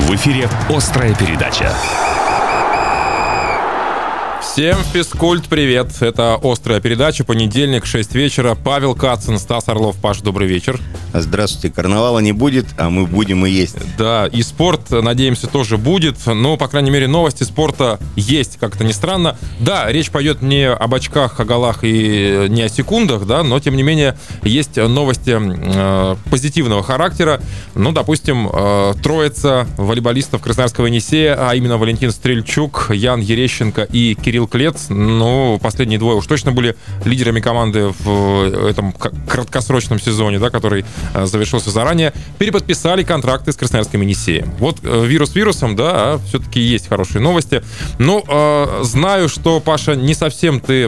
В эфире «Острая передача». Всем физкульт-привет! Это «Острая передача», понедельник, 6 вечера. Павел Кацин, Стас Орлов. Паш, добрый вечер. Здравствуйте. Карнавала не будет, а мы будем и есть. Да, и спорт, надеемся, тоже будет. Но, по крайней мере, новости спорта есть, как-то не странно. Да, речь пойдет не об очках, о голах и не о секундах, да, но, тем не менее, есть новости позитивного характера. Ну, допустим, троица волейболистов Красноярского Енисея, а именно Валентин Стрельчук, Ян Ерещенко и Кирилл Клец, ну, последние двое уж точно были лидерами команды в этом краткосрочном сезоне, да, который завершился заранее, переподписали контракты с Красноярским Енисеем. Вот вирус вирусом, да, а все-таки есть хорошие новости. Ну, знаю, что, Паша, не совсем ты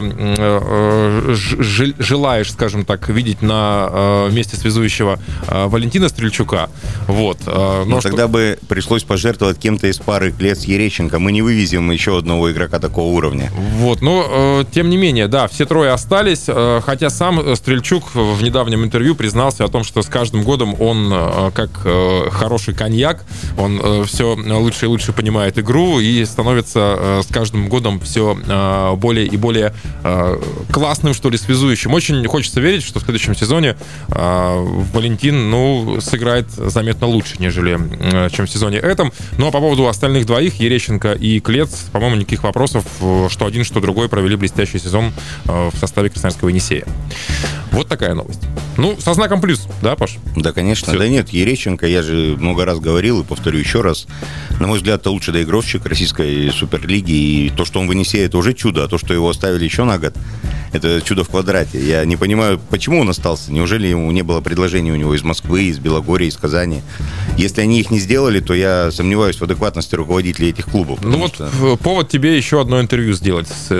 желаешь, скажем так, видеть на месте связующего Валентина Стрельчука. Вот. Но тогда бы пришлось пожертвовать кем-то из пары Клец-Ерещенко. Мы не вывезем еще одного игрока такого уровня. Вот, но тем не менее, да, все трое остались, хотя сам Стрельчук в недавнем интервью признался о том, что с каждым годом он, как хороший коньяк, он все лучше и лучше понимает игру и становится с каждым годом все более и более классным, что ли, связующим. Очень хочется верить, что в следующем сезоне Валентин, ну, сыграет заметно лучше, нежели чем в сезоне этом. Ну, а по поводу остальных двоих, Ерещенко и Клец, по-моему, никаких вопросов, что один, что другой провели блестящий сезон в составе Красноярского Енисея. Вот такая новость. Ну, со знаком плюс, да, Паш? Да, конечно. Все. Да нет, Ерещенко, я же много раз говорил и повторю еще раз, на мой взгляд, это лучший доигровщик российской суперлиги, и то, что он в Енисее, это уже чудо, а то, что его оставили еще на год, это чудо в квадрате. Я не понимаю, почему он остался. Неужели ему не было предложений у него из Москвы, из Белогорья, из Казани? Если они их не сделали, то я сомневаюсь в адекватности руководителей этих клубов. Ну вот что... повод тебе еще одно интервью сделать с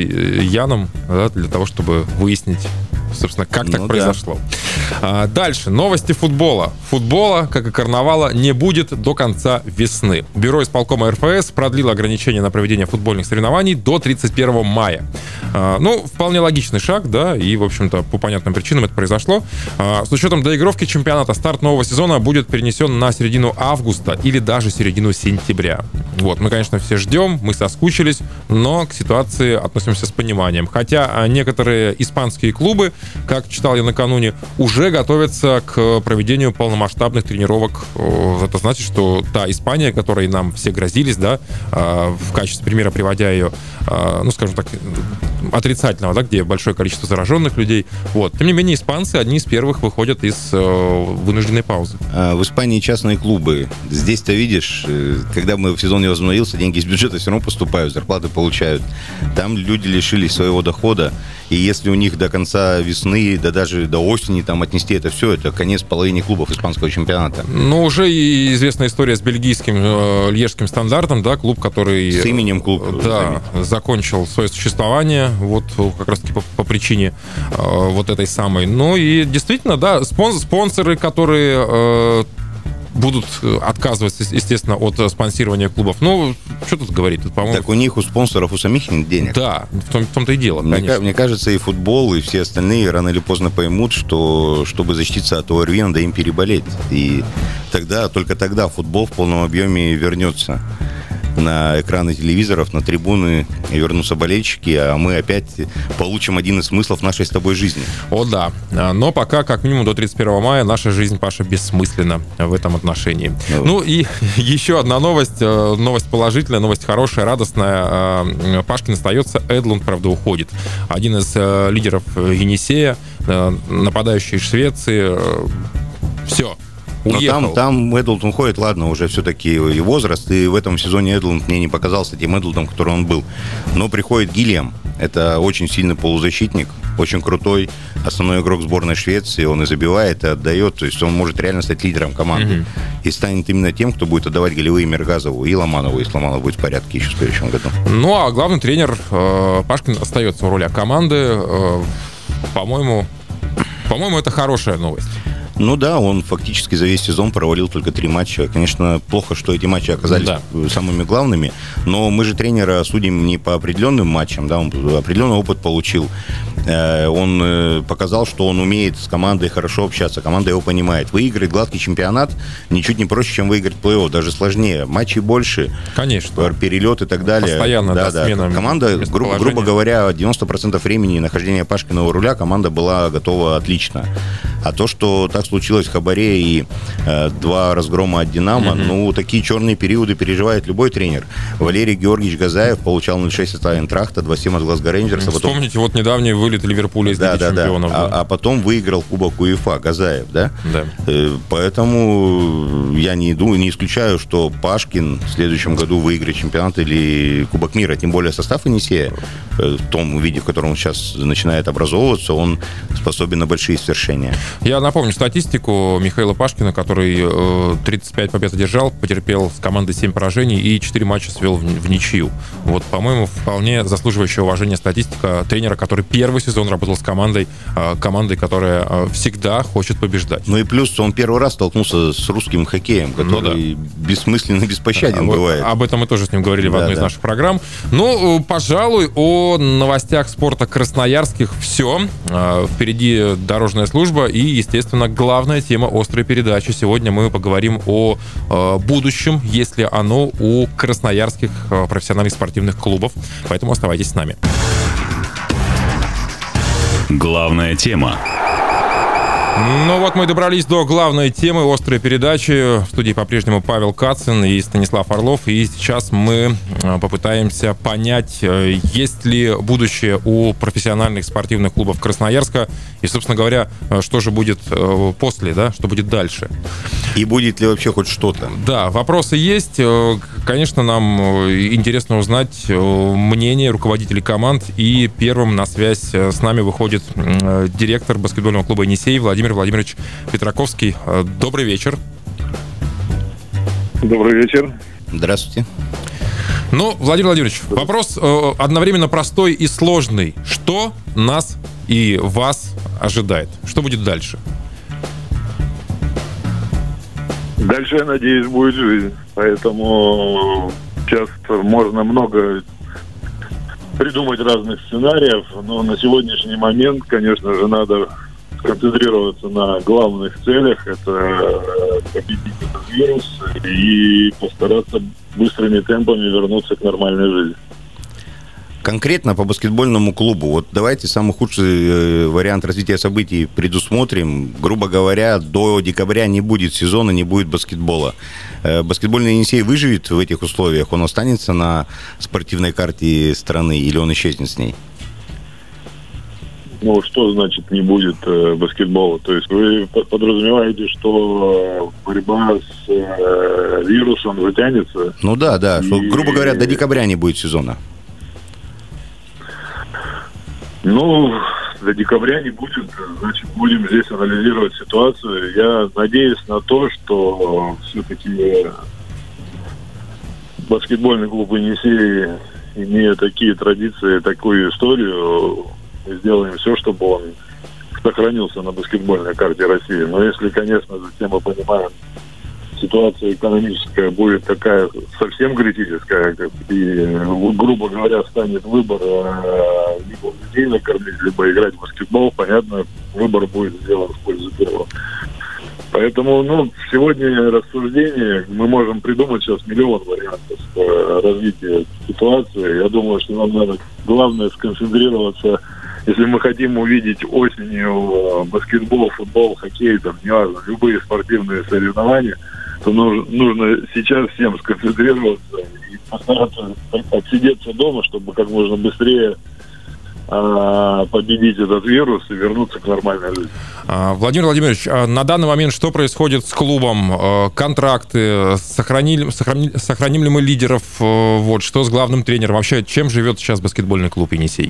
Яном, да, для того, чтобы выяснить, собственно, как так произошло. Дальше. Новости футбола. Футбола, как и карнавала, не будет до конца весны. Бюро исполкома РФС продлило ограничения на проведение футбольных соревнований до 31 мая. Ну, вполне логичный шаг, да, и, в общем-то, по понятным причинам это произошло. С учетом доигровки чемпионата старт нового сезона будет перенесен на середину августа или даже середину сентября. Вот, мы, конечно, все ждем, мы соскучились, но к ситуации относимся с пониманием. Хотя некоторые испанские клубы, как читал я накануне, уже готовятся к проведению полномасштабных тренировок. Это значит, что та Испания, которой нам все грозились, да, в качестве примера приводя ее, ну, скажем так, отрицательного, да, где большое количество зараженных людей. Вот. Тем не менее, испанцы одни из первых выходят из вынужденной паузы. В Испании частные клубы. Здесь-то видишь, когда сезон не возобновился, деньги из бюджета все равно поступают, зарплаты получают. Там люди лишились своего дохода, и если у них до конца весны, да даже до осени там отнести это все, это конец половине клубов испанского чемпионата. Ну, уже и известная история с бельгийским Льежским Стандартом, да, клуб, который... С именем клуб. Да, закончил свое существование, вот как раз-таки по причине вот этой самой. Ну и действительно, да, спонсоры, которые будут отказываться, естественно, от спонсирования клубов. Ну, что тут говорить? Тут, по-моему... Так у них, у спонсоров, у самих нет денег. Да, в том-то и дело, конечно. Мне кажется, и футбол, и все остальные рано или поздно поймут, что чтобы защититься от ОРВИ, надо им переболеть. И тогда, только тогда футбол в полном объеме вернется на экраны телевизоров, на трибуны, и вернутся болельщики, а мы опять получим один из смыслов нашей с тобой жизни. О, да. Но пока, как минимум, до 31 мая наша жизнь, Паша, бессмысленна в этом отношении. Ну и еще одна новость. Новость положительная, новость хорошая, радостная. Пашкин остается, Эдлунд, правда, уходит. Один из лидеров Енисея, нападающий из Швеции. Все. Но там Эдлунд уходит, ладно, уже все-таки и возраст, и в этом сезоне Эдлунд мне не показался тем Эдлундом, которым он был. Но приходит Гильям, это очень сильный полузащитник, очень крутой, основной игрок сборной Швеции, он и забивает, и отдает, то есть он может реально стать лидером команды. И станет именно тем, кто будет отдавать голевые Мергазову и Ломанову, если Ломанов будет в порядке еще в следующем году. Ну, а главный тренер Пашкин остается в роли команды. По-моему, это хорошая новость. Ну да, он фактически за весь сезон провалил только 3 матча. Конечно, плохо, что эти матчи оказались самыми главными, но мы же тренера судим не по определенным матчам, да, он определенный опыт получил. Он показал, что он умеет с командой хорошо общаться, команда его понимает. Выиграть гладкий чемпионат ничуть не проще, чем выиграть плей-офф, даже сложнее. Матчей больше, конечно, перелет и так далее. Постоянно, смена. Команда, грубо говоря, 90% времени нахождения Пашкина у руля команда была готова отлично. А то, что так случилось в Хабаре и 2 разгрома от «Динамо», такие черные периоды переживает любой тренер. Валерий Георгиевич Газаев получал 0-6 от Айнтрахта, 2-7 от Глазго Рейнджерса. Вспомните, вот недавний вылет Ливерпуля из Лиги чемпионов. А потом выиграл Кубок УЕФА Газаев, да? Да. Поэтому я не исключаю, что Пашкин в следующем году выиграет чемпионат или Кубок мира. Тем более состав Енисея, в том виде, в котором он сейчас начинает образовываться, он способен на большие свершения. Я напомню статистику Михаила Пашкина, который 35 побед одержал, потерпел с командой 7 поражений и 4 матча свел в ничью. Вот, по-моему, вполне заслуживающая уважения статистика тренера, который первый сезон работал с командой, которая всегда хочет побеждать. Ну и плюс он первый раз столкнулся с русским хоккеем, который бессмысленно беспощаден бывает. Об этом мы тоже с ним говорили в одной из наших программ. Ну, пожалуй, о новостях спорта красноярских все. Впереди дорожная служба и, естественно, главная тема острой передачи. Сегодня мы поговорим о будущем, если оно у красноярских профессиональных спортивных клубов. Поэтому оставайтесь с нами. Главная тема. Ну вот мы добрались до главной темы острой передачи. В студии по-прежнему Павел Кацин и Станислав Орлов. И сейчас мы попытаемся понять, есть ли будущее у профессиональных спортивных клубов Красноярска. И, собственно говоря, что же будет после, да, что будет дальше. И будет ли вообще хоть что-то? Да, вопросы есть. Конечно, нам интересно узнать мнение руководителей команд. И первым на связь с нами выходит директор баскетбольного клуба «Енисей» Владимир Владимирович Петраковский. Добрый вечер. Добрый вечер. Здравствуйте. Ну, Владимир Владимирович, вопрос одновременно простой и сложный. Что нас и вас ожидает? Что будет дальше? Дальше, я надеюсь, будет жизнь. Поэтому сейчас можно много придумать разных сценариев, но на сегодняшний момент, конечно же, надо концентрироваться на главных целях. Это победить этот вирус и постараться быстрыми темпами вернуться к нормальной жизни. Конкретно по баскетбольному клубу, вот давайте самый худший вариант развития событий предусмотрим. Грубо говоря, до декабря не будет сезона, не будет баскетбола. Баскетбольный Енисей выживет в этих условиях? Он останется на спортивной карте страны или он исчезнет с ней? Ну, что значит не будет баскетбола? То есть вы подразумеваете, что борьба с вирусом затянется? Ну да, что, грубо говоря, до декабря не будет сезона. Ну, до декабря не будет, значит, будем здесь анализировать ситуацию. Я надеюсь на то, что все-таки баскетбольный клуб «Енисей», имея такие традиции, такую историю, мы сделаем все, чтобы он сохранился на баскетбольной карте России. Но если, конечно, затем мы понимаем, ситуация экономическая будет такая совсем критическая, и, грубо говоря, станет выбор либо людей накормить, либо играть в баскетбол, понятно, выбор будет сделан в пользу первого. Поэтому, сегодня рассуждение, мы можем придумать сейчас миллион вариантов развития ситуации. Я думаю, что нам надо, главное, сконцентрироваться. Если мы хотим увидеть осенью баскетбол, футбол, хоккей, неважно, любые спортивные соревнования, то нужно сейчас всем сконцентрироваться и постараться отсидеться дома, чтобы как можно быстрее победить этот вирус и вернуться к нормальной жизни. Владимир Владимирович, на данный момент что происходит с клубом? Контракты? Сохраним ли мы лидеров? Что с главным тренером? Вообще, чем живет сейчас баскетбольный клуб «Енисей»?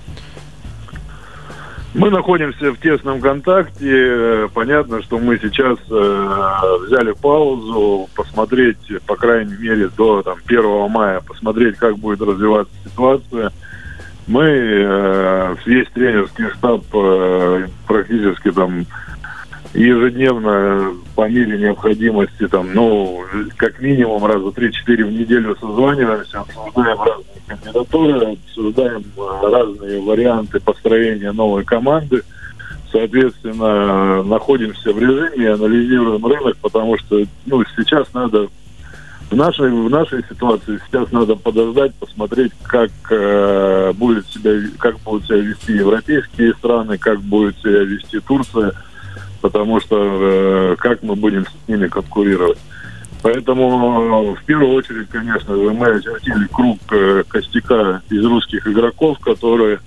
Мы находимся в тесном контакте. Понятно, что мы сейчас взяли паузу, посмотреть, по крайней мере, до 1 мая, посмотреть, как будет развиваться ситуация. Мы, весь тренерский штаб, практически ежедневно, по мере необходимости, как минимум раза 3-4 в неделю созваниваемся, обсуждаем разные кандидатуры, обсуждаем разные варианты построения новой команды. Соответственно, находимся в режиме, анализируем рынок, потому что сейчас надо, в нашей ситуации сейчас надо подождать, посмотреть, как будут себя вести европейские страны, как будет себя вести Турция, потому что как мы будем с ними конкурировать. Поэтому в первую очередь, конечно же, мы очертили круг костяка из русских игроков, которые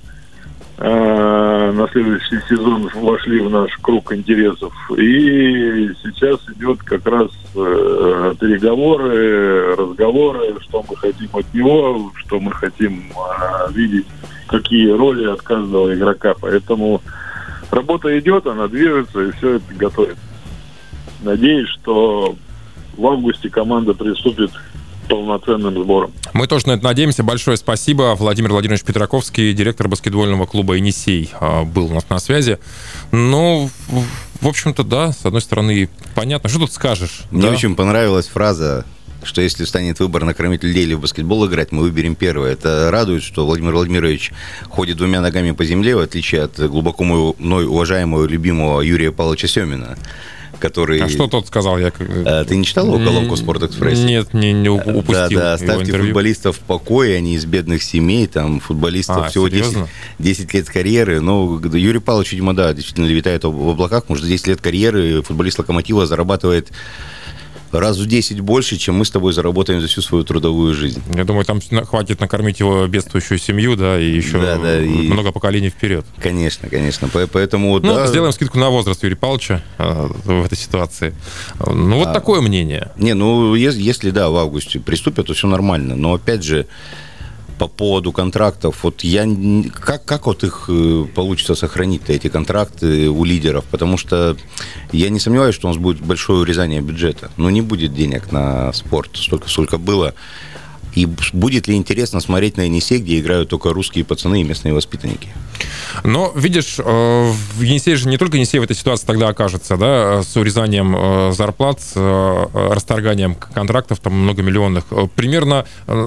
на следующий сезон вошли в наш круг интересов. И сейчас идет как раз переговоры, разговоры, что мы хотим от него, что мы хотим видеть, какие роли от каждого игрока. Поэтому работа идет, она движется, и все это готовится. Надеюсь, что в августе команда приступит к полноценным сборам. Мы тоже на это надеемся. Большое спасибо. Владимир Владимирович Петраковский, директор баскетбольного клуба «Енисей», был у нас на связи. Ну, в общем-то, да, с одной стороны, понятно. Что тут скажешь? Мне очень понравилась фраза, что если станет выбор накормить людей или в баскетбол играть, мы выберем первое. Это радует, что Владимир Владимирович ходит двумя ногами по земле, в отличие от глубоко мной уважаемого и любимого Юрия Павловича Семина, который... А что тот сказал? Ты не читал его колонку в «Спортэкспрессе»? Нет, не упустил. Да, оставьте футболистов в покое, они из бедных семей, там, футболистов всего 10 лет карьеры. Но Юрий Павлович, видимо, действительно летает в облаках, потому что 10 лет карьеры футболист «Локомотива» зарабатывает раз в 10 больше, чем мы с тобой заработаем за всю свою трудовую жизнь. Я думаю, там хватит накормить его бедствующую семью, и еще много поколений вперед. Конечно. Поэтому, сделаем скидку на возраст Юрия Павловича в этой ситуации. Вот такое мнение. Если, в августе приступят, то все нормально. Но, опять же, по поводу контрактов, как их получится сохранить-то, эти контракты у лидеров? Потому что я не сомневаюсь, что у нас будет большое урезание бюджета. Но не будет денег на спорт столько, сколько было. И будет ли интересно смотреть на «Енисей», где играют только русские пацаны и местные воспитанники? Но, видишь, в «Енисей» же не только «Енисей» в этой ситуации тогда окажется, с урезанием зарплат, с расторганием контрактов там многомиллионных. Примерно,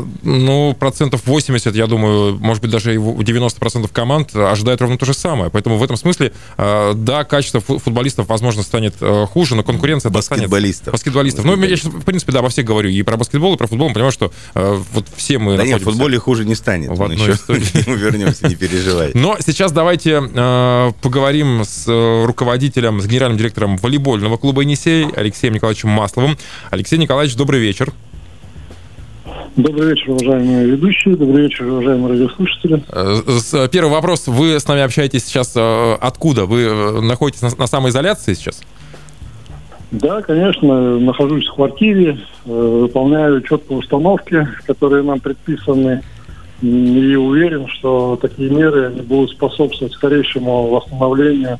80%, я думаю, может быть, даже и 90% команд ожидают ровно то же самое. Поэтому в этом смысле, качество футболистов, возможно, станет хуже, но конкуренция баскетболистов. Ну, я сейчас, в принципе, обо всех говорю. И про баскетбол, и про футбол. Мы понимаем, что все мы находимся... Нет, в футболе хуже не станет. В одной истории. Мы вернемся, не переживай. Но сейчас давайте поговорим с руководителем, с генеральным директором волейбольного клуба «Енисей» Алексеем Николаевичем Масловым. Алексей Николаевич, добрый вечер. Добрый вечер, уважаемые ведущие. Добрый вечер, уважаемые радиослушатели. Первый вопрос. Вы с нами общаетесь сейчас откуда? Вы находитесь на самоизоляции сейчас? Да, конечно, нахожусь в квартире, выполняю четкие установки, которые нам предписаны, и уверен, что такие меры они будут способствовать скорейшему восстановлению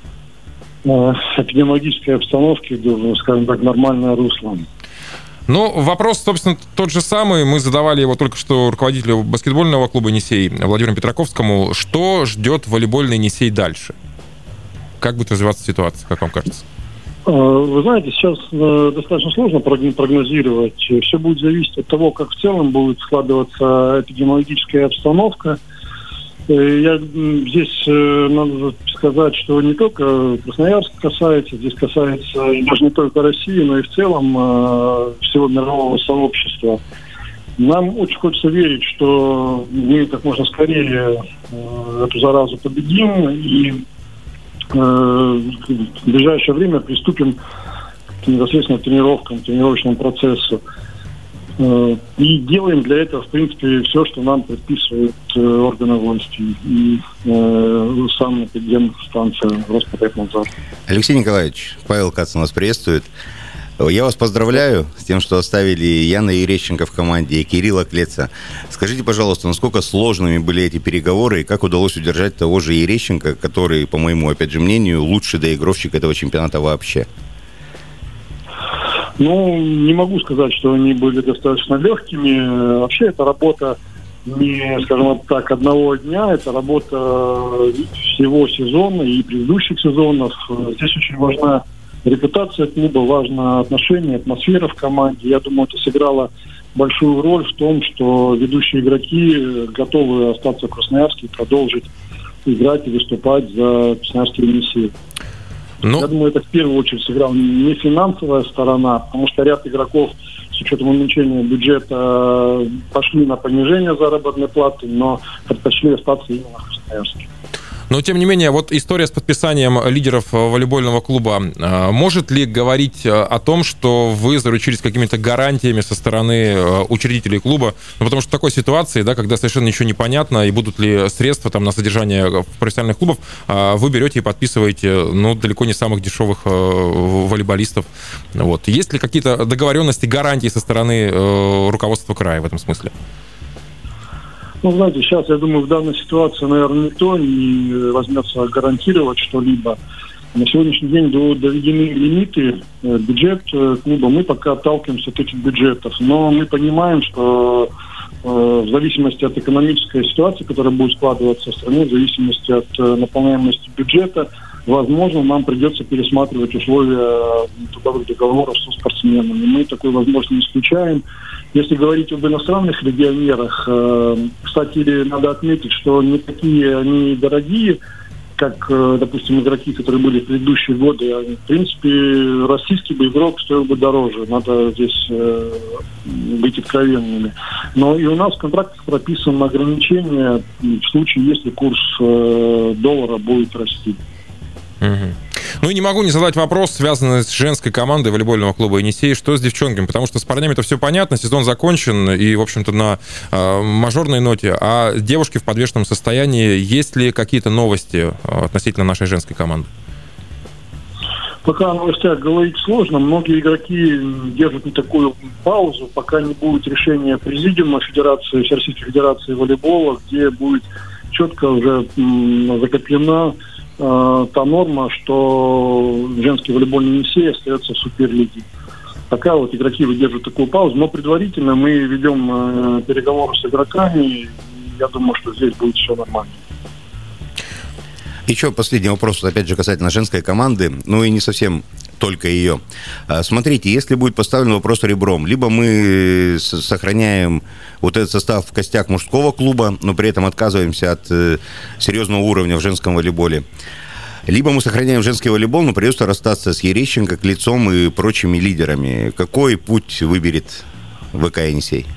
эпидемиологической обстановки в, скажем так, нормальное русло. Вопрос, собственно, тот же самый. Мы задавали его только что руководителю баскетбольного клуба «Енисей» Владимиру Петраковскому. Что ждет волейбольный «Енисей» дальше? Как будет развиваться ситуация, как вам кажется? Вы знаете, сейчас достаточно сложно прогнозировать. Все будет зависеть от того, как в целом будет складываться эпидемиологическая обстановка. Я здесь надо сказать, что не только Красноярск касается, здесь касается и даже не только России, но и в целом всего мирового сообщества. Нам очень хочется верить, что мы как можно скорее эту заразу победим и в ближайшее время приступим непосредственно к тренировкам, к тренировочному процессу. И делаем для этого, в принципе, все, что нам предписывают органы власти и самая эпидемстанция Роспотребнадзор. Алексей Николаевич, Павел Кац нас приветствует. Я вас поздравляю с тем, что оставили Яна Ерещенко в команде и Кирилла Клеца. Скажите, пожалуйста, насколько сложными были эти переговоры и как удалось удержать того же Ерещенко, который, по моему, опять же, мнению, лучший доигровщик этого чемпионата вообще? Не могу сказать, что они были достаточно легкими. Вообще, это работа не, скажем так, одного дня, это работа всего сезона и предыдущих сезонов. Здесь очень важна репутация клуба, важно отношение, атмосфера в команде. Я думаю, это сыграло большую роль в том, что ведущие игроки готовы остаться в Красноярске и продолжить играть и выступать за Красноярский Енисей. Я думаю, это в первую очередь сыграла не финансовая сторона, потому что ряд игроков с учетом уменьшения бюджета пошли на понижение заработной платы, но предпочли остаться именно в Красноярске. Но, тем не менее, вот история с подписанием лидеров волейбольного клуба может ли говорить о том, что вы заручились какими-то гарантиями со стороны учредителей клуба? Ну, потому что в такой ситуации, да, когда совершенно ничего не понятно, и будут ли средства там на содержание профессиональных клубов, вы берете и подписываете, ну, далеко не самых дешевых волейболистов. Вот. Есть ли какие-то договоренности, гарантии со стороны руководства края в этом смысле? Ну, знаете, сейчас, я думаю, в данной ситуации, наверное, никто не возьмется гарантировать что-либо. На сегодняшний день доведены лимиты, бюджет клуба. Мы пока отталкиваемся от этих бюджетов. Но мы понимаем, что в зависимости от экономической ситуации, которая будет складываться в стране, в зависимости от наполняемости бюджета, возможно, нам придется пересматривать условия трудовых договоров со спортсменами. Мы такой возможности не исключаем. Если говорить об иностранных легионерах, кстати, надо отметить, что не такие они дорогие, как, допустим, игроки, которые были в предыдущие годы. В принципе, российский бы игрок стоил бы дороже. Надо здесь быть откровенными. Но и у нас в контрактах прописано ограничение в случае, если курс доллара будет расти. Ну и не могу не задать вопрос, связанный с женской командой волейбольного клуба «Енисей». Что с девчонками? Потому что с парнями-то все понятно, сезон закончен и, в общем-то, на мажорной ноте. А девушки в подвешенном состоянии. Есть ли какие-то новости относительно нашей женской команды? Пока о новостях говорить сложно. Многие игроки держат не такую паузу, пока не будет решения президиума Федерации, Всероссийской Федерации волейбола, где будет четко уже закреплена та норма, что женский волейбольный Енисей остается в Суперлиге. Пока вот игроки выдерживают такую паузу, но предварительно мы ведем переговоры с игроками, и я думаю, что здесь будет все нормально. Еще последний вопрос, опять же, касательно женской команды, ну и не совсем только ее. Смотрите, если будет поставлен вопрос ребром, либо мы сохраняем вот этот состав в костях мужского клуба, но при этом отказываемся от серьезного уровня в женском волейболе, либо мы сохраняем женский волейбол, но придется расстаться с Ерещенко, Клецом и прочими лидерами. Какой путь выберет ВК «Енисей»?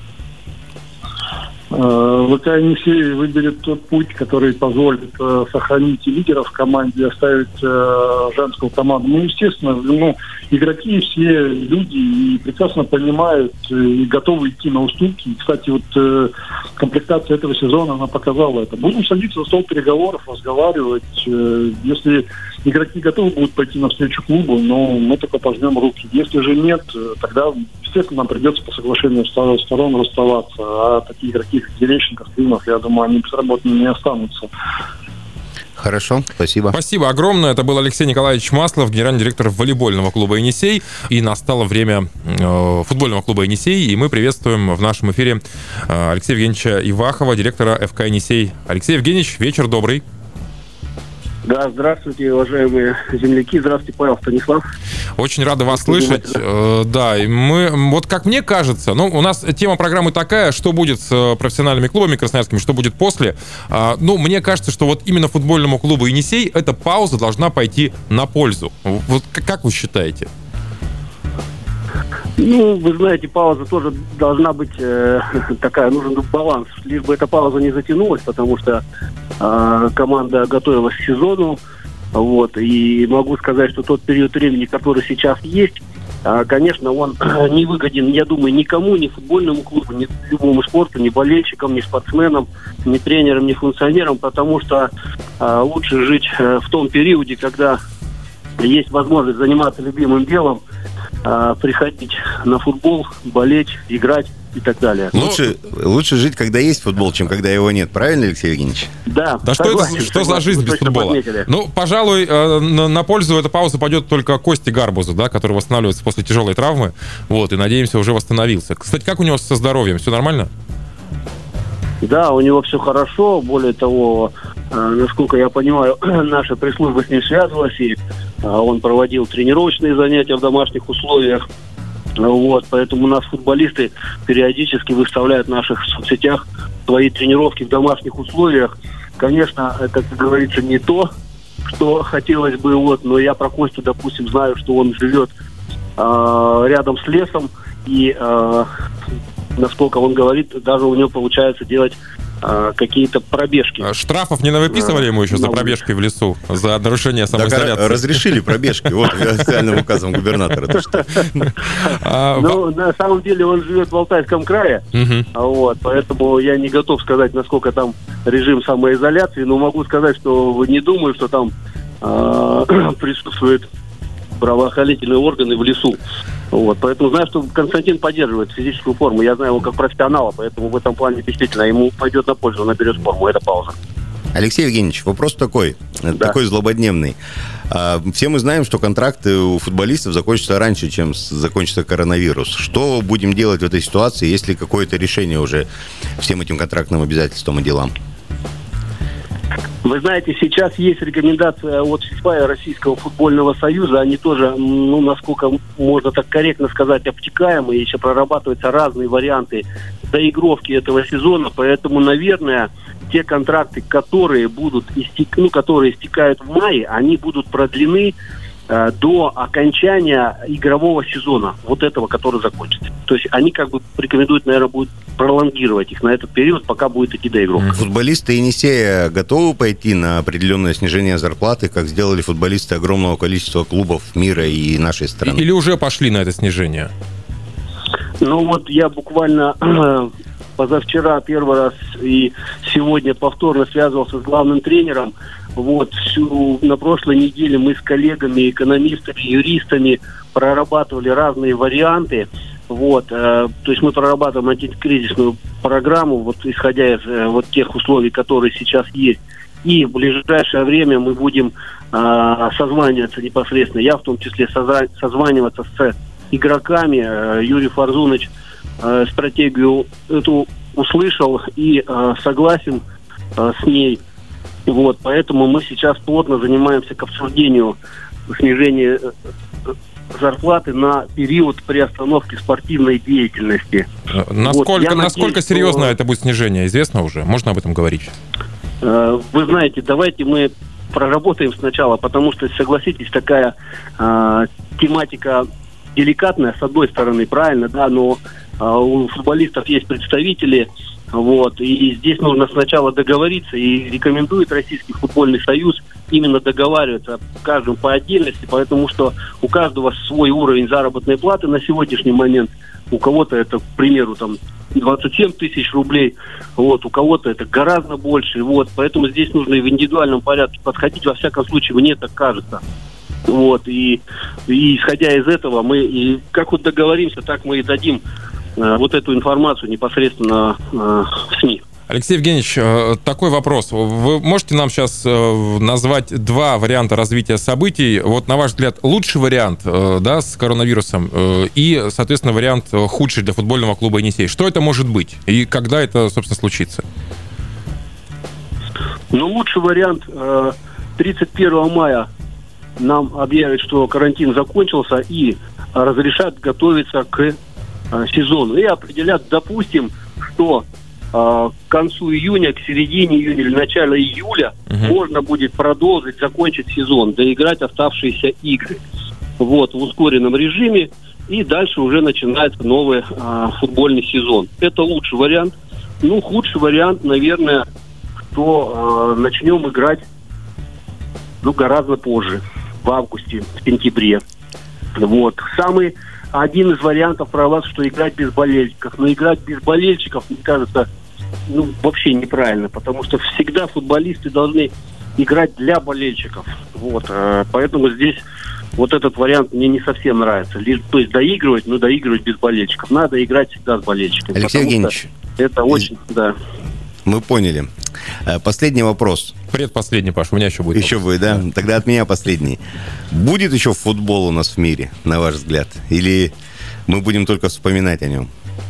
ВК «Енисей» выберет тот путь, который позволит сохранить и лидеров в команде, оставить женскую команду. Ну, естественно, игроки все люди и прекрасно понимают и готовы идти на уступки. И, кстати, вот комплектация этого сезона, она показала это. Будем садиться за стол переговоров, разговаривать. Если игроки готовы будут пойти навстречу клубу, но мы только пожмем руки. Если же нет, тогда, естественно, нам придется по соглашению сторон расставаться. А такие игроки, как Терещенко, Климов, я думаю, они безработными не останутся. Хорошо, спасибо. Спасибо огромное. Это был Алексей Николаевич Маслов, генеральный директор волейбольного клуба «Енисей». И настало время футбольного клуба «Енисей». И мы приветствуем в нашем эфире Алексея Евгеньевича Ивахова, директора ФК «Енисей». Алексей Евгеньевич, вечер добрый. Да, здравствуйте, уважаемые земляки. Здравствуйте, Павел, Станислав. Очень рады вас слышать. Да, и мы, вот как мне кажется, у нас тема программы такая, что будет с профессиональными клубами красноярскими, что будет после. Мне кажется, что вот именно футбольному клубу «Енисей» эта пауза должна пойти на пользу. Вот как вы считаете? Вы знаете, пауза тоже должна быть такая, нужен баланс. Лишь бы эта пауза не затянулась, потому что команда готовилась к сезону. И могу сказать, что тот период времени, который сейчас есть, конечно, он не выгоден, я думаю, никому, ни футбольному клубу, ни любому спорту, ни болельщикам, ни спортсменам, ни тренерам, ни функционерам, потому что лучше жить в том периоде, когда есть возможность заниматься любимым делом, приходить на футбол, болеть, играть и так далее. Лучше жить, когда есть футбол, чем когда его нет. Правильно, Алексей Евгеньевич? Да. Да что за жизнь без футбола? Пожалуй, на пользу эта пауза пойдет только Косте Гарбузу, да, который восстанавливается после тяжелой травмы. И, надеемся, уже восстановился. Кстати, как у него со здоровьем? Все нормально? Да, у него все хорошо. Более того, насколько я понимаю, наша пресс-служба с ним связывалась, и он проводил тренировочные занятия в домашних условиях. Вот, поэтому у нас футболисты периодически выставляют в наших соцсетях свои тренировки в домашних условиях. Конечно, это, как говорится, не то, что хотелось бы, вот, но я про Костю, допустим, знаю, что он живет рядом с лесом, и, насколько он говорит, даже у него получается делать какие-то пробежки. Штрафов не навыписывали ему еще за пробежкой в лесу, за нарушение самоизоляции? Так, разрешили пробежки, вот, официальным указом губернатора. Ну, на самом деле, он живет в Алтайском крае, вот, поэтому я не готов сказать, насколько там режим самоизоляции, но могу сказать, что не думаю, что там присутствуют правоохранительные органы в лесу. Вот, поэтому знаю, что Константин поддерживает физическую форму. Я знаю его как профессионала, поэтому в этом плане действительно ему пойдет на пользу, он наберет форму. Это пауза. Алексей Евгеньевич, вопрос такой злободневный. Все мы знаем, что контракты у футболистов закончатся раньше, чем закончится коронавирус. Что будем делать в этой ситуации, есть ли какое-то решение уже всем этим контрактным обязательствам и делам? Вы знаете, сейчас есть рекомендация от ФИФА и Российского футбольного союза. Они тоже, ну, насколько можно так корректно сказать, обтекаемые. Еще прорабатываются разные варианты доигровки этого сезона. Поэтому, наверное, те контракты, которые которые истекают в мае, они будут продлены до окончания игрового сезона, вот этого, который закончится. То есть они как бы рекомендуют, наверное, будут пролонгировать их на этот период, пока будет идти доигровка. Футболисты Енисея готовы пойти на определенное снижение зарплаты, как сделали футболисты огромного количества клубов мира и нашей страны? Или уже пошли на это снижение? Ну вот я буквально позавчера первый раз и сегодня повторно связывался с главным тренером. Вот, на прошлой неделе мы с коллегами, экономистами, юристами прорабатывали разные варианты. Вот, то есть мы прорабатываем антикризисную программу, вот, исходя из вот тех условий, которые сейчас есть. И в ближайшее время мы будем созваниваться непосредственно, я в том числе созваниваться с игроками. Юрий Фарзуныч стратегию эту услышал и согласен с ней. Вот, поэтому мы сейчас плотно занимаемся к обсуждению снижения зарплаты на период приостановки спортивной деятельности. Насколько серьезно это будет снижение? Известно уже? Можно об этом говорить? Вы знаете, давайте мы проработаем сначала, потому что, согласитесь, такая тематика деликатная, с одной стороны, правильно, да, но у футболистов есть представители. Вот, и здесь нужно сначала договориться, и рекомендует Российский футбольный союз именно договариваться каждым по отдельности, потому что у каждого свой уровень заработной платы на сегодняшний момент. У кого-то это, к примеру, там 27 тысяч рублей, вот, у кого-то это гораздо больше, вот, поэтому здесь нужно и в индивидуальном порядке подходить, во всяком случае, мне так кажется. Вот, и исходя из этого, мы и как вот договоримся, так мы и дадим вот эту информацию непосредственно в СМИ. Алексей Евгеньевич, такой вопрос. Вы можете нам сейчас назвать два варианта развития событий? Вот, на ваш взгляд, лучший вариант, да, с коронавирусом и, соответственно, вариант худший для футбольного клуба «Енисей». Что это может быть? И когда это, собственно, случится? Ну, лучший вариант 31 мая нам объявят, что карантин закончился, и разрешат готовиться к сезону. И определят, допустим, что к концу июня, к середине июня или началу июля можно будет продолжить, закончить сезон, доиграть оставшиеся игры. Вот, в ускоренном режиме. И дальше уже начинается новый футбольный сезон. Это лучший вариант. Ну, худший вариант, наверное, что начнем играть гораздо позже, в августе, в сентябре. Вот. Один из вариантов прорваться, что играть без болельщиков. Но играть без болельщиков, мне кажется, вообще неправильно, потому что всегда футболисты должны играть для болельщиков. Вот. Поэтому здесь вот этот вариант мне не совсем нравится. То есть доигрывать, но доигрывать без болельщиков. Надо играть всегда с болельщиками. Алексей Евгеньевич, это очень, да. Мы поняли. Последний вопрос. Предпоследний, Паш, у меня еще будет. Еще будет, да? Тогда от меня последний. Будет еще футбол у нас в мире, на ваш взгляд? Или мы будем только вспоминать о нем?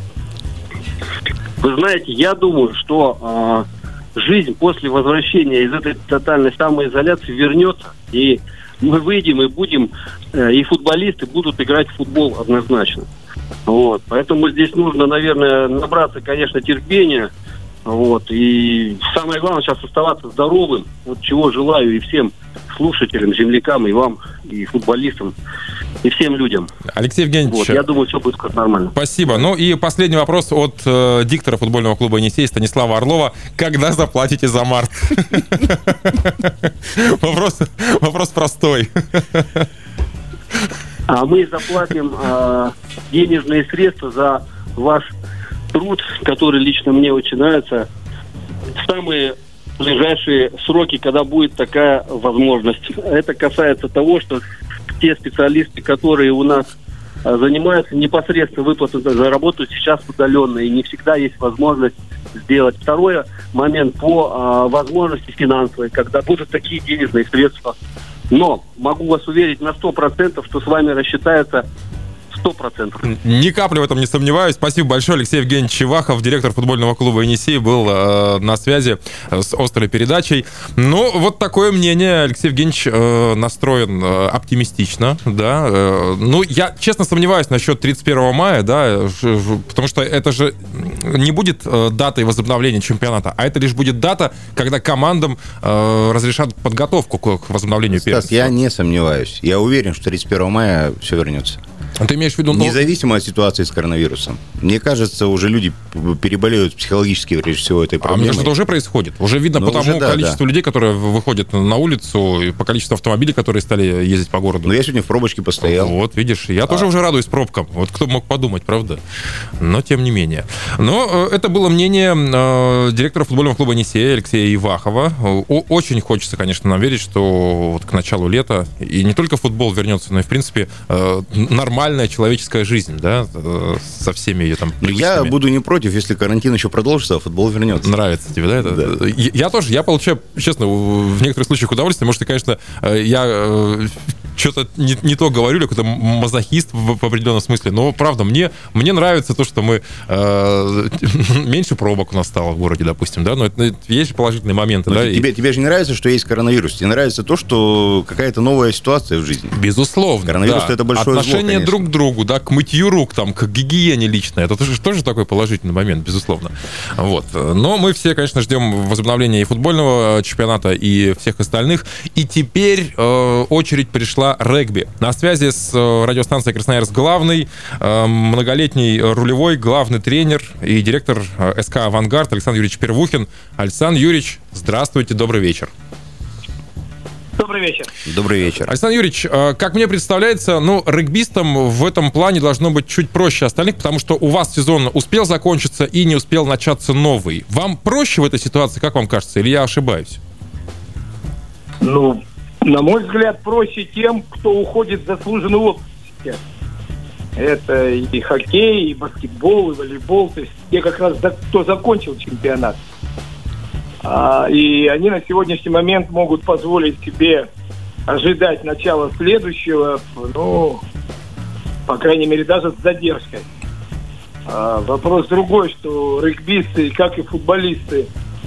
Вы знаете, я думаю, что жизнь после возвращения из этой тотальной самоизоляции вернется, и мы выйдем и будем, и футболисты будут играть в футбол однозначно. Вот. Поэтому здесь нужно, наверное, набраться, конечно, терпения. Вот. И самое главное сейчас оставаться здоровым. Вот чего желаю и всем слушателям, землякам, и вам, и футболистам, и всем людям. Алексей Евгеньевич, вот, я думаю, все будет нормально. Спасибо. Ну и последний вопрос от диктора футбольного клуба «Енисей» Станислава Орлова. Когда заплатите за март? Вопрос простой. А мы заплатим денежные средства за ваш труд, который лично мне очень нравится, в самые ближайшие сроки, когда будет такая возможность. Это касается того, что те специалисты, которые у нас занимаются непосредственно выплатой за работу, сейчас удаленно, и не всегда есть возможность сделать. Второй момент по возможности финансовой, когда будут такие денежные средства. Но могу вас уверить на 100%, что с вами рассчитается 100%. Ни капли в этом не сомневаюсь. Спасибо большое. Алексей Евгеньевич Чевахов, директор футбольного клуба «Енисей», был на связи с острой передачей. Ну, вот такое мнение. Алексей Евгеньевич настроен оптимистично, да. Ну, я честно сомневаюсь насчет 31 мая, да, потому что это же не будет датой возобновления чемпионата, а это лишь будет дата, когда командам разрешат подготовку к возобновлению первенства. Стас, я не сомневаюсь. Я уверен, что 31 мая все вернется. Ты имеешь в виду... Независимо от ситуации с коронавирусом. Мне кажется, уже люди переболеют психологически, прежде всего, этой проблемой. А мне кажется, это уже происходит. Уже видно по тому количеству людей, которые выходят на улицу, и по количеству автомобилей, которые стали ездить по городу. Ну, я сегодня в пробочке постоял. Вот, видишь, я тоже уже радуюсь пробкам. Вот кто мог подумать, правда? Но тем не менее. Но это было мнение директора футбольного клуба «Енисей» Алексея Ивахова. Очень хочется, конечно, нам верить, что вот к началу лета и не только футбол вернется, но и, в принципе, нормальная человеческая жизнь, да, со всеми ее там привычками. Я буду не против, если карантин еще продолжится, а футбол вернется. Нравится тебе, да, это? Да. Я тоже, я получаю, честно, в некоторых случаях удовольствие. Может, и, конечно, я что-то не то говорю, или какой-то мазохист в определенном смысле, но, правда, мне нравится то, что мы меньше пробок у нас стало в городе, допустим, да, но это есть положительные моменты, да. Тебе же не нравится, что есть коронавирус, тебе нравится то, что какая-то новая ситуация в жизни. Безусловно, коронавирус, да. Это большое отношение зло, друг к другу, да, к мытью рук, там, к гигиене личной, это тоже такой положительный момент, безусловно. Вот. Но мы все, конечно, ждем возобновления и футбольного чемпионата, и всех остальных. И теперь очередь пришла регби. На связи с радиостанцией «Красноярск главный», многолетний рулевой, главный тренер и директор СК «Авангард» Александр Юрьевич Первухин. Александр Юрьевич, здравствуйте, добрый вечер. Добрый вечер. Добрый вечер. Александр Юрьевич, как мне представляется, регбистам в этом плане должно быть чуть проще остальных, потому что у вас сезон успел закончиться и не успел начаться новый. Вам проще в этой ситуации, как вам кажется, или я ошибаюсь? На мой взгляд, проще тем, кто уходит в заслуженный отпуск. Это и хоккей, и баскетбол, и волейбол, то есть те как раз, кто закончил чемпионат. И они на сегодняшний момент могут позволить себе ожидать начала следующего, по крайней мере, даже с задержкой. Вопрос другой, что регбисты, как и футболисты,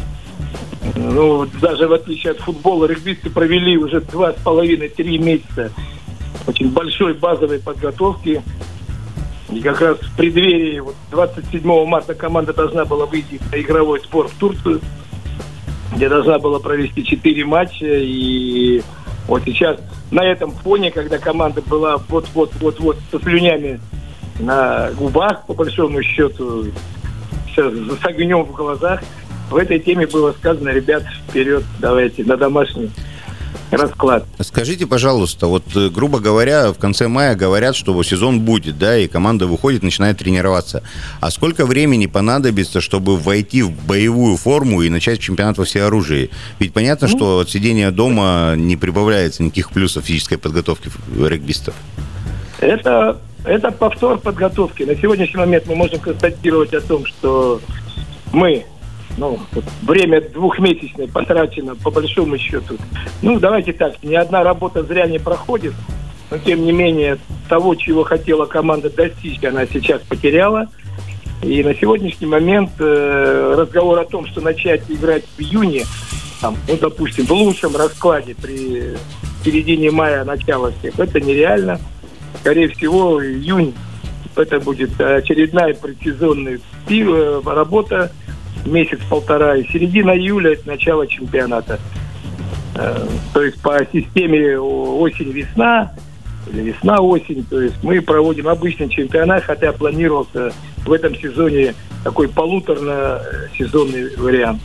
даже в отличие от футбола, регбисты провели уже 2,5-3 месяца очень большой базовой подготовки. И как раз в преддверии 27 марта команда должна была выйти на игровой сбор в Турцию, где должна была провести 4 матча. И вот сейчас на этом фоне, когда команда была вот со слюнями на губах, по большому счету, с огнем в глазах, в этой теме было сказано: ребят, вперед, давайте на домашний расклад. Скажите, пожалуйста, грубо говоря, в конце мая говорят, что сезон будет, да, и команда выходит, начинает тренироваться. А сколько времени понадобится, чтобы войти в боевую форму и начать чемпионат во всеоружии? Ведь понятно, что от сидения дома не прибавляется никаких плюсов физической подготовки регбистов. Это повтор подготовки. На сегодняшний момент мы можем констатировать о том, что мы время двухмесячное потрачено по большому счету. Давайте так, ни одна работа зря не проходит, но тем не менее того, чего хотела команда достичь, она сейчас потеряла. И на сегодняшний момент разговор о том, что начать играть в июне, допустим, в лучшем раскладе при середине мая, начало всех, это нереально. Скорее всего, июнь Это будет очередная предсезонная работа, месяц-полтора, и середина июля – это начало чемпионата. То есть по системе осень-весна или весна-осень, то есть мы проводим обычный чемпионат, хотя планировался в этом сезоне такой полуторно-сезонный вариант.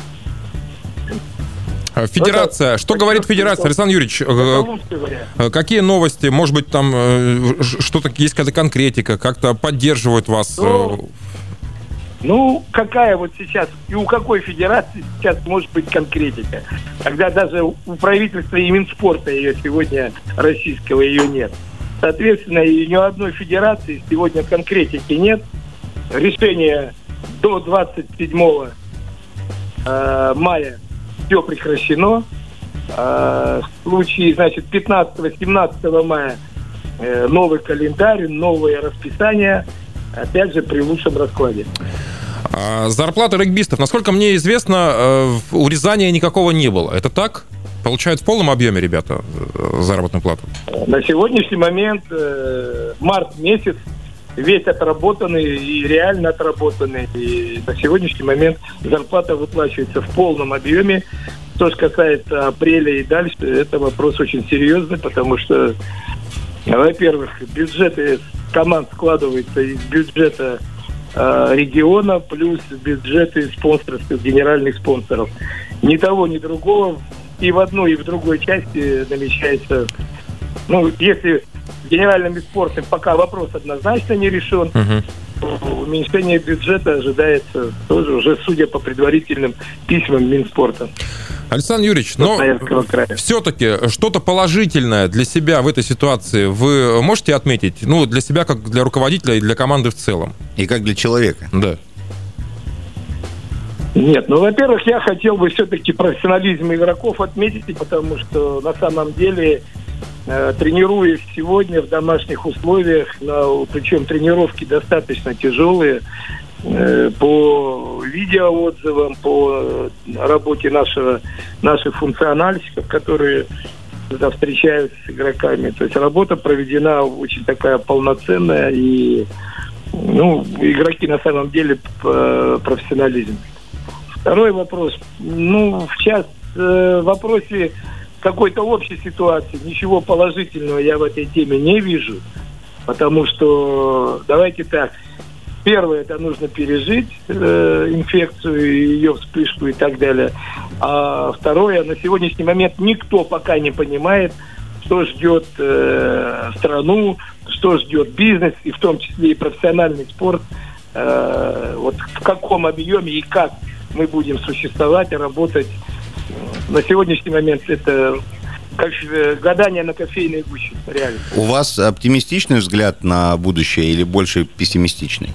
Федерация. Что говорит Федерация? Александр Юрьевич, какие новости? Может быть, там что-то есть, какая-то конкретика? Как-то поддерживают вас? Ну, какая вот сейчас, и у какой федерации сейчас может быть конкретика? Когда даже у правительства и Минспорта ее сегодня, российского, ее нет. Соответственно, и ни одной федерации сегодня конкретики нет. Решение до 27 мая все прекращено. В случае, значит, 15-17 мая новый календарь, новое расписание, опять же, при лучшем раскладе. Зарплата регбистов, насколько мне известно, урезания никакого не было. Это так? Получают в полном объеме ребята заработную плату? На сегодняшний момент, март месяц, весь отработанный и реально отработанный. И на сегодняшний момент зарплата выплачивается в полном объеме. Что же касается апреля и дальше, это вопрос очень серьезный, потому что, во-первых, бюджеты команд складываются из бюджета региона плюс бюджеты спонсорских, генеральных спонсоров. Ни того, ни другого и в одной, и в другой части намечается. Ну, если генеральными спортом пока вопрос однозначно не решен, уменьшение бюджета ожидается тоже уже, судя по предварительным письмам Минспорта. Александр Юрьевич, но все-таки что-то положительное для себя в этой ситуации вы можете отметить? Ну, для себя, как для руководителя и для команды в целом. И как для человека. Да. Нет, ну, во-первых, я хотел бы все-таки профессионализм игроков отметить, потому что на самом деле, тренируясь сегодня в домашних условиях, причем тренировки достаточно тяжелые, по видеоотзывам, по работе наших функциональщиков, которые встречаются с игроками. То есть работа проведена очень такая полноценная, и игроки на самом деле профессионализм. Второй вопрос. В вопросе какой-то общей ситуации ничего положительного я в этой теме не вижу, потому что, давайте так, первое, это нужно пережить инфекцию, ее вспышку и так далее. А второе, на сегодняшний момент никто пока не понимает, что ждет страну, что ждет бизнес, и в том числе и профессиональный спорт, вот в каком объеме и как мы будем существовать и работать. На сегодняшний момент это как гадание на кофейной гуще, реально. У вас оптимистичный взгляд на будущее или больше пессимистичный?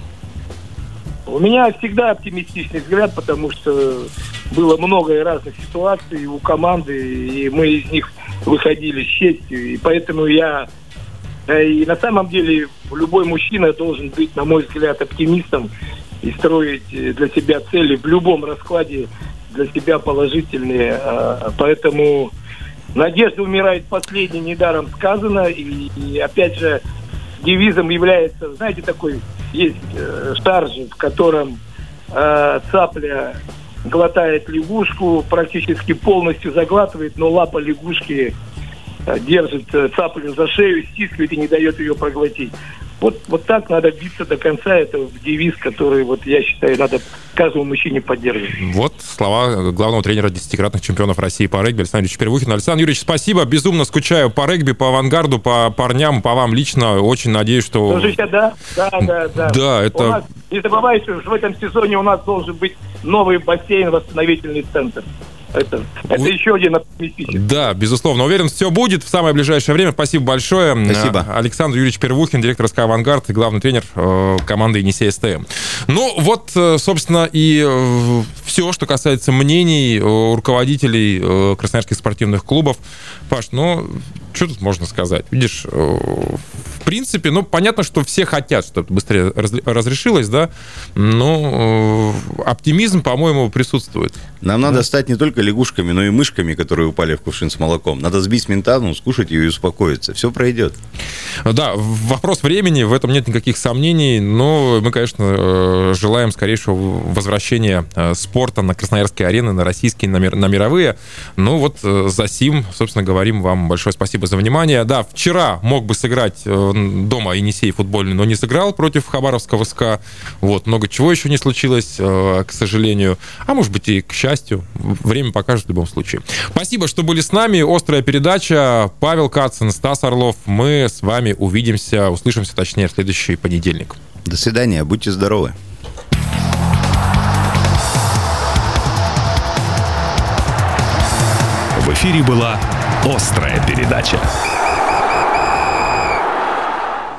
У меня всегда оптимистичный взгляд, потому что было много разных ситуаций у команды, и мы из них выходили с честью. И поэтому и на самом деле любой мужчина должен быть, на мой взгляд, оптимистом и строить для себя цели в любом раскладе для себя положительные. Поэтому надежда умирает последней, недаром сказано. И опять же, девизом является, знаете, такой есть шаржи, в котором цапля глотает лягушку, практически полностью заглатывает, но лапа лягушки держит цаплю за шею, стискивает и не дает ее проглотить. Вот так надо биться до конца. Это девиз, который, я считаю, надо каждому мужчине поддерживать. Вот слова главного тренера 10-кратных чемпионов России по регби Александра Юрьевича Перевухина. Александр Юрьевич, спасибо. Безумно скучаю по регби, по «Авангарду», по парням, по вам лично. Очень надеюсь, что... Да. Да, это... Не забывайте, что в этом сезоне у нас должен быть новый бассейн, восстановительный центр. Это еще один оптимистический. Да, безусловно. Уверен, все будет в самое ближайшее время. Спасибо большое. Спасибо. Александр Юрьевич Перевухин, директор СК «Авангард» и главный тренер команды «Енисей СТМ». Собственно, и все, что касается мнений руководителей красноярских спортивных клубов. Паш, что тут можно сказать? Видишь, в принципе, понятно, что все хотят, чтобы быстрее разрешилось, да, но оптимизм, по-моему, присутствует. Нам надо стать не только лягушками, но и мышками, которые упали в кувшин с молоком. Надо сбить сметану, скушать ее и успокоиться. Все пройдет. Да, вопрос времени, в этом нет никаких сомнений, но мы, конечно, желаем скорейшего возвращения спорта на Красноярские арены, на российские, на мировые. Ну вот за сим, собственно, говорим вам большое спасибо за внимание. Да, вчера мог бы сыграть дома Енисей футбольный, но не сыграл против Хабаровского СКА. Вот, много чего еще не случилось, к сожалению. А может быть и к счастью. Время покажет в любом случае. Спасибо, что были с нами. Острая передача. Павел Кацин, Стас Орлов. Мы с вами увидимся, услышимся, точнее, в следующий понедельник. До свидания. Будьте здоровы. В эфире была «Острая передача».